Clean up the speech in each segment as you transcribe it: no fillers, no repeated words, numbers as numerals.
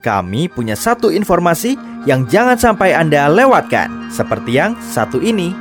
Kami punya satu informasi yang jangan sampai Anda lewatkan, seperti yang satu ini.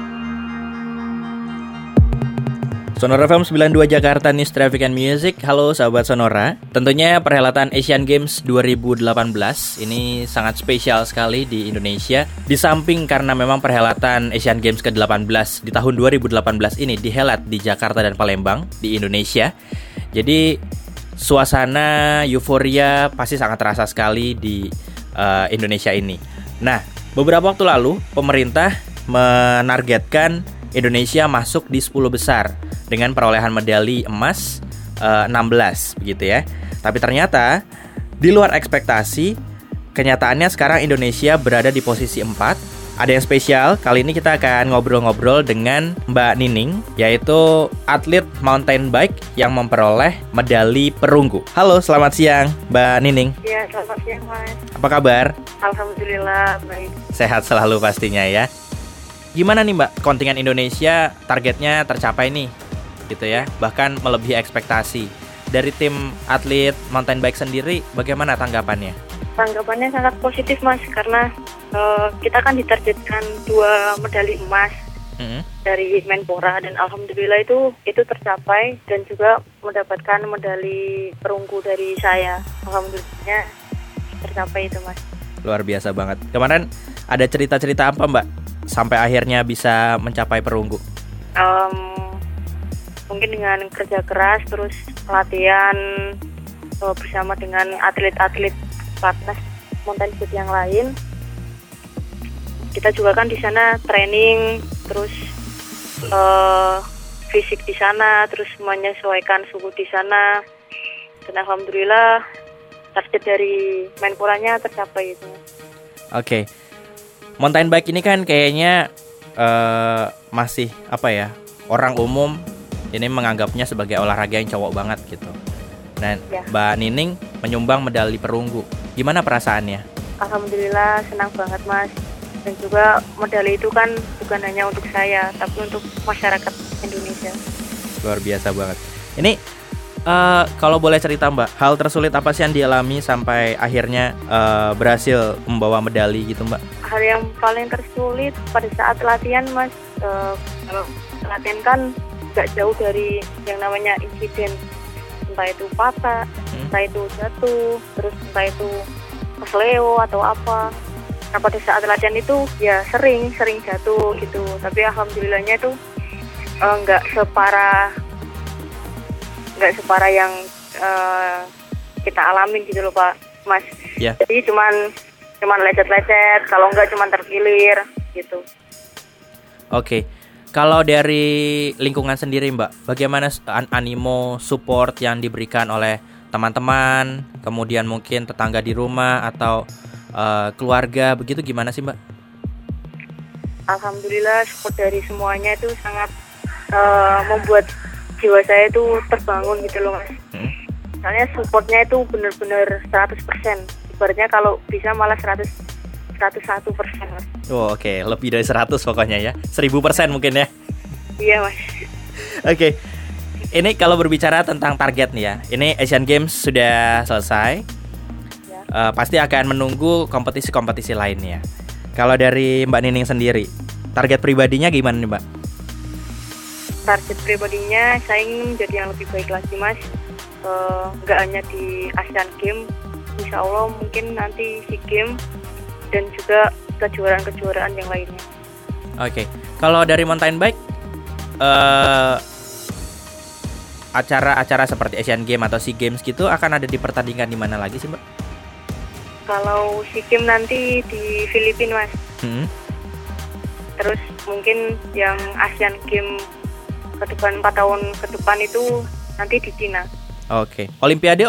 Sonora FM 92 Jakarta News Traffic and Music. Halo sahabat Sonora. Tentunya perhelatan Asian Games 2018 ini sangat spesial sekali di Indonesia. Di samping karena memang perhelatan Asian Games ke-18 di tahun 2018 ini dihelat di Jakarta dan Palembang di Indonesia. Jadi suasana euforia pasti sangat terasa sekali di Indonesia ini. Nah, beberapa waktu lalu pemerintah menargetkan Indonesia masuk di 10 besar dengan perolehan medali emas 16 begitu ya. Tapi ternyata di luar ekspektasi, kenyataannya sekarang Indonesia berada di posisi 4. Ada yang spesial, kali ini kita akan ngobrol-ngobrol dengan Mbak Nining, yaitu atlet mountain bike yang memperoleh medali perunggu. Halo, selamat siang Mbak Nining. Ya, selamat siang Mas. Apa kabar? Alhamdulillah, baik. Sehat selalu pastinya ya. Gimana nih Mbak, kontingen Indonesia targetnya tercapai nih, gitu ya, bahkan melebihi ekspektasi. Dari tim atlet mountain bike sendiri, bagaimana tanggapannya? Tanggapannya sangat positif Mas, karena kita kan ditargetkan 2 medali emas dari Menpora, dan alhamdulillah itu tercapai, dan juga mendapatkan medali perunggu dari saya. Alhamdulillahnya tercapai itu Mas. Luar biasa banget. Kemarin ada cerita-cerita apa Mbak sampai akhirnya bisa mencapai perunggu? Mungkin dengan kerja keras, terus latihan bersama dengan atlet-atlet platnas mountain bike yang lain. Kita juga kan di sana training, terus fisik di sana, terus menyesuaikan suhu di sana. Dan alhamdulillah target dari Menporanya tercapai itu. Oke. Mountain bike ini kan kayaknya masih apa ya? Orang umum ini menganggapnya sebagai olahraga yang cowok banget gitu. Dan ya, Mbak Nining menyumbang medali perunggu. Gimana perasaannya? Alhamdulillah senang banget Mas. Dan juga medali itu kan bukan hanya untuk saya, tapi untuk masyarakat Indonesia. Luar biasa banget. Ini kalau boleh cerita Mbak, hal tersulit apa sih yang dialami sampai akhirnya berhasil membawa medali gitu Mbak? Hal yang paling tersulit pada saat latihan Mas, kalau latihan kan gak jauh dari yang namanya insiden. Entah itu patah, entah itu jatuh, terus entah itu kesleo atau apa. Nah pada saat latihan itu ya sering jatuh gitu. Tapi alhamdulillahnya itu nggak separah yang kita alamin gitu loh Pak Mas. Yeah. Jadi cuman lecet-lecet, kalau nggak cuman terkilir gitu. Oke. Kalau dari lingkungan sendiri Mbak, bagaimana animo support yang diberikan oleh teman-teman, kemudian mungkin tetangga di rumah atau keluarga, begitu gimana sih Mbak? Alhamdulillah support dari semuanya itu sangat membuat jiwa saya itu terbangun gitu loh Mas. Soalnya supportnya itu benar-benar 100%. Ibaratnya kalau bisa malah 101% Mas. Oh oke. Lebih dari 100 pokoknya ya. 1000% mungkin ya. Iya Mas. Oke. Ini kalau berbicara tentang target nih ya, ini Asian Games sudah selesai ya. Pasti akan menunggu kompetisi-kompetisi lainnya. Kalau dari Mbak Nining sendiri, target pribadinya gimana nih Mbak? Target pribadinya saya ingin menjadi yang lebih baik lagi Mas. Nggak hanya di Asian Games, insya Allah mungkin nanti SEA Games dan juga kejuaraan-kejuaraan yang lainnya. Oke. Kalau dari mountain bike, acara-acara seperti Asian Games atau SEA Games gitu akan ada di pertandingan di mana lagi sih Mbak? Kalau SEA Games nanti di Filipina Mas. Terus mungkin yang Asian Games ke depan 4 tahun ke depan itu nanti di Cina. Oke. Olimpiade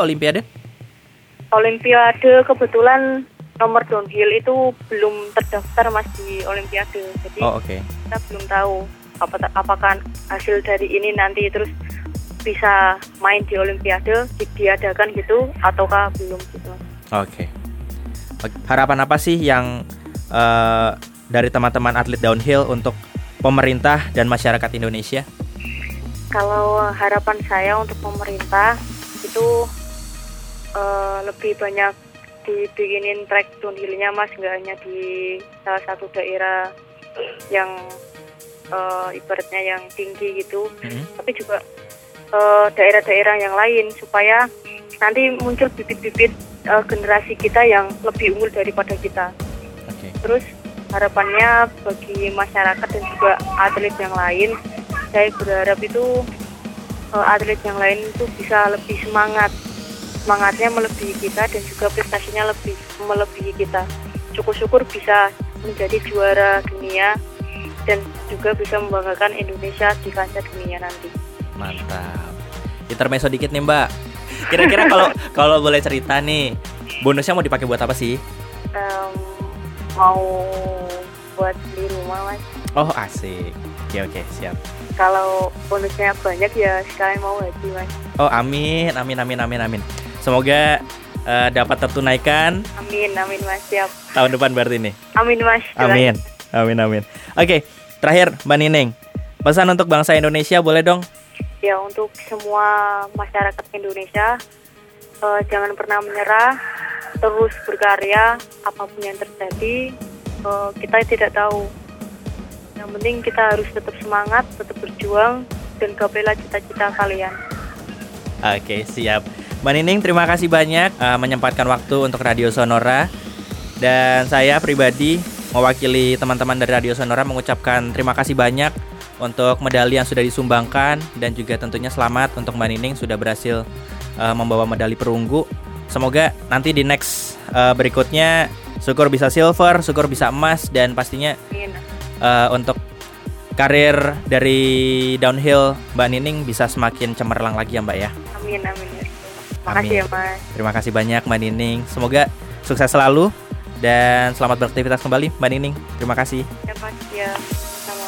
kebetulan nomor downhill itu belum terdaftar Mas di Olimpiade. Jadi kita belum tahu apakah hasil dari ini nanti terus bisa main di Olimpiade, diadakan gitu ataukah belum gitu. Oke. Harapan apa sih yang dari teman-teman atlet downhill untuk pemerintah dan masyarakat Indonesia? Kalau harapan saya untuk pemerintah itu lebih banyak dibikinin track downhillnya Mas, nggak hanya di salah satu daerah yang ibaratnya yang tinggi gitu, tapi juga daerah-daerah yang lain supaya nanti muncul bibit-bibit generasi kita yang lebih unggul daripada kita. Terus harapannya bagi masyarakat dan juga atlet yang lain, saya berharap itu atlet yang lain itu bisa lebih semangatnya melebihi kita dan juga prestasinya lebih melebihi kita. Syukur-syukur bisa menjadi juara dunia dan juga bisa membanggakan Indonesia di kancah dunia nanti. Mantap. Intermezzo dikit nih Mbak. Kira-kira kalau boleh cerita nih, bonusnya mau dipakai buat apa sih? Mau buat di rumah Mas. Oh asik. Oke siap. Kalau bonusnya banyak ya sekalian mau haji Mas. Oh amin. Semoga dapat tertunaikan. Amin Mas, siap. Tahun depan berarti nih. Amin Mas. Amin. Oke, terakhir Mbak Nining, pesan untuk bangsa Indonesia boleh dong? Ya, untuk semua masyarakat Indonesia, jangan pernah menyerah, terus berkarya apapun yang terjadi. Kita tidak tahu. Yang penting kita harus tetap semangat, tetap berjuang, dan gapailah cita-cita kalian. Oke, siap. Mbak Nining, terima kasih banyak menyempatkan waktu untuk Radio Sonora. Dan saya pribadi mewakili teman-teman dari Radio Sonora mengucapkan terima kasih banyak untuk medali yang sudah disumbangkan. Dan juga tentunya selamat untuk Mbak Nining sudah berhasil membawa medali perunggu. Semoga nanti di next berikutnya syukur bisa silver, syukur bisa emas. Dan pastinya untuk karir dari downhill Mbak Nining bisa semakin cemerlang lagi ya Mbak ya. Amin. Makasih ya Mas. Terima kasih banyak Mbak Nining. Semoga sukses selalu dan selamat beraktivitas kembali Mbak Nining. Terima kasih. Ya Mas, ya sama.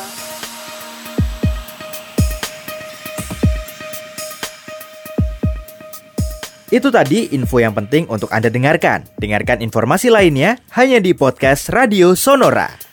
Itu tadi info yang penting untuk Anda dengarkan. Dengarkan informasi lainnya hanya di podcast Radio Sonora.